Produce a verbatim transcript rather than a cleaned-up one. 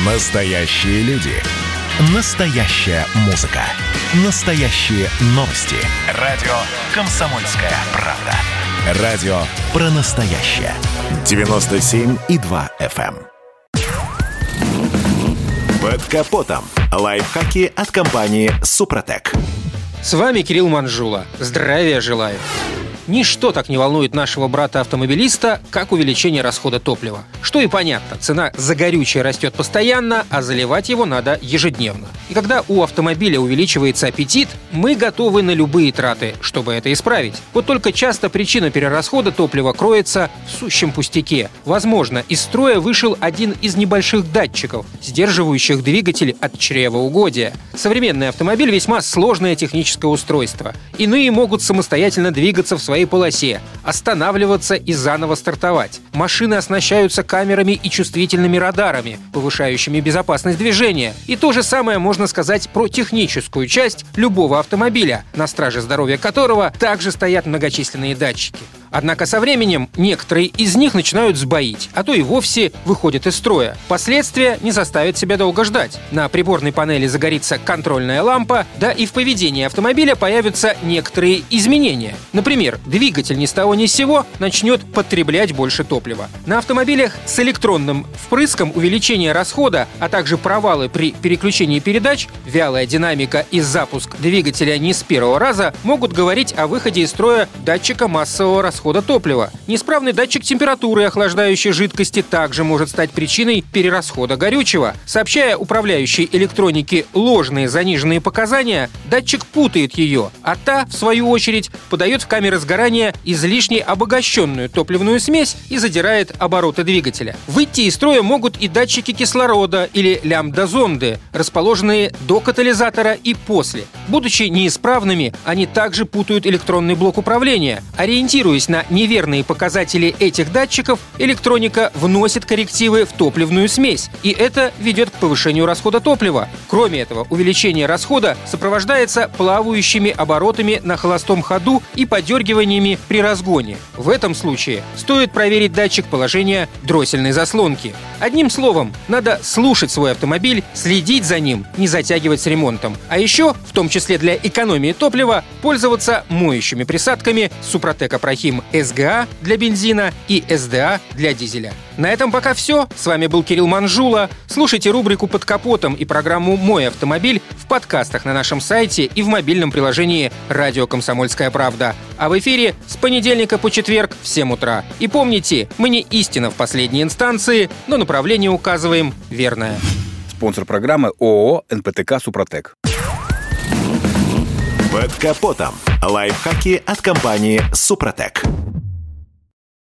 Настоящие люди. Настоящая музыка. Настоящие новости. Радио «Комсомольская правда». Радио про настоящее. девяносто семь и два эф эм. Под капотом. Лайфхаки от компании «Супротек». С вами Кирилл Манжула. Здравия желаю. Ничто так не волнует нашего брата-автомобилиста, как увеличение расхода топлива. Что и понятно, цена за горючее растет постоянно, а заливать его надо ежедневно. И когда у автомобиля увеличивается аппетит, мы готовы на любые траты, чтобы это исправить. Вот только часто причина перерасхода топлива кроется в сущем пустяке. Возможно, из строя вышел один из небольших датчиков, сдерживающих двигатель от чревоугодия. Современный автомобиль весьма сложное техническое устройство. Иные могут самостоятельно двигаться в своей своей полосе, останавливаться и заново стартовать. Машины оснащаются камерами и чувствительными радарами, повышающими безопасность движения. И то же самое можно сказать про техническую часть любого автомобиля, на страже здоровья которого также стоят многочисленные датчики. Однако со временем некоторые из них начинают сбоить, а то и вовсе выходят из строя. Последствия не заставят себя долго ждать. На приборной панели загорится контрольная лампа, да и в поведении автомобиля появятся некоторые изменения. Например, двигатель ни с того ни с сего начнет потреблять больше топлива. На автомобилях с электронным впрыском увеличение расхода, а также провалы при переключении передач, вялая динамика и запуск двигателя не с первого раза могут говорить о выходе из строя датчика массового расхода топлива. Неисправный датчик температуры охлаждающей жидкости также может стать причиной перерасхода горючего. Сообщая управляющей электронике ложные заниженные показания, датчик путает ее, а та, в свою очередь, подает в камеры сгорания излишне обогащенную топливную смесь и задирает обороты двигателя. Выйти из строя могут и датчики кислорода или лямбда-зонды, расположенные до катализатора и после. Будучи неисправными, они также путают электронный блок управления. Ориентируясь на неверные показатели этих датчиков, электроника вносит коррективы в топливную смесь, и это ведет к повышению расхода топлива. Кроме этого, увеличение расхода сопровождается плавающими оборотами на холостом ходу и подергиваниями при разгоне. В этом случае стоит проверить датчик положения дроссельной заслонки. Одним словом, надо слушать свой автомобиль, следить за ним, не затягивать с ремонтом. А еще, в том числе для экономии топлива, пользоваться моющими присадками Супротек Апрахим эс гэ а для бензина и эс дэ а для дизеля. На этом пока все. С вами был Кирилл Манжула. Слушайте рубрику «Под капотом» и программу «Мой автомобиль» в подкастах на нашем сайте и в мобильном приложении «Радио Комсомольская правда». А в эфире с понедельника по четверг в семь утра. И помните, мы не истина в последней инстанции, но направление указываем верное. Спонсор программы ООО эн пэ тэ ка «Супротек». Под капотом. Лайфхаки от компании «Супротек».